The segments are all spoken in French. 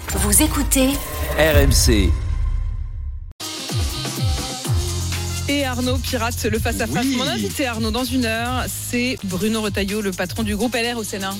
Vous écoutez RMC. Et Arnaud pirate le face-à-face. Oui. Mon invité Arnaud dans une heure, c'est Bruno Retailleau, le patron du groupe LR au Sénat.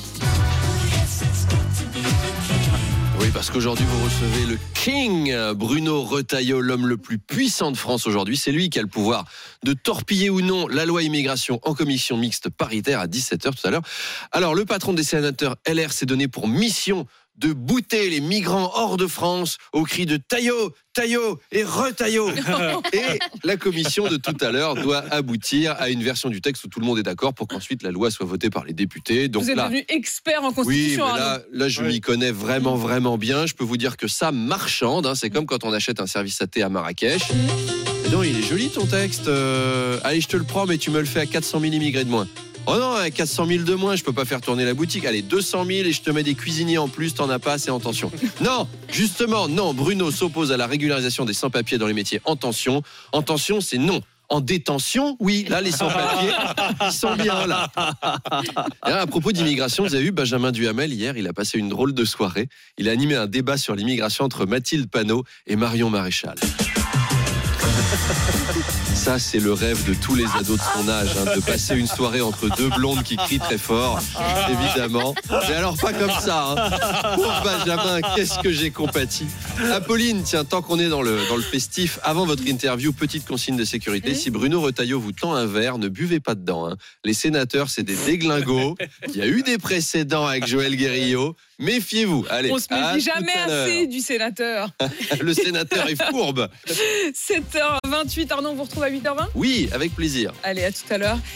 Oui, parce qu'aujourd'hui, vous recevez le King, Bruno Retailleau, l'homme le plus puissant de France aujourd'hui. C'est lui qui a le pouvoir de torpiller ou non la loi immigration en commission mixte paritaire à 17h tout à l'heure. Alors, le patron des sénateurs LR s'est donné pour mission de bouter les migrants hors de France au cri de Taillot, Taillot et Retailleau. Et la commission de tout à l'heure doit aboutir à une version du texte où tout le monde est d'accord pour qu'ensuite la loi soit votée par les députés. Donc Vous êtes devenu expert en oui, constitution, mais Arnaud. là, je m'y connais vraiment bien. Je peux vous dire que ça marchande. Hein. C'est comme quand on achète un service à thé à Marrakech. Et non, il est joli ton texte. Allez, je te le prends, mais tu me le fais à 400 000 immigrés de moins. Oh non, à 400 000 de moins, je peux pas faire tourner la boutique. Allez, 200 000 et je te mets des cuisiniers en plus, t'en as pas assez en tension. Non, justement, non. Bruno s'oppose à la régularisation des sans-papiers dans les métiers en tension. En tension, c'est non. En détention, oui, là, les sans-papiers, ils sont bien, là. Et là, à propos d'immigration, vous avez vu Benjamin Duhamel hier, il a passé une drôle de soirée. Il a animé un débat sur l'immigration entre Mathilde Panot et Marion Maréchal. Ça, c'est le rêve de tous les ados de son âge, hein, de passer une soirée entre deux blondes qui crient très fort, évidemment. Mais alors, pas comme ça. Hein. Pauvre Benjamin, qu'est-ce que j'ai compati. Apolline, tiens, tant qu'on est dans le festif, avant votre interview, petite consigne de sécurité. Si Bruno Retailleau vous tend un verre, ne buvez pas dedans. Hein. Les sénateurs, c'est des déglingos. Il y a eu des précédents avec Joël Guerrillo. Méfiez-vous. Allez, On se méfie jamais assez du sénateur. Le sénateur est fourbe. 7h28, Arnaud, on vous retrouve à 8h20 ? Oui, avec plaisir. Allez, à tout à l'heure.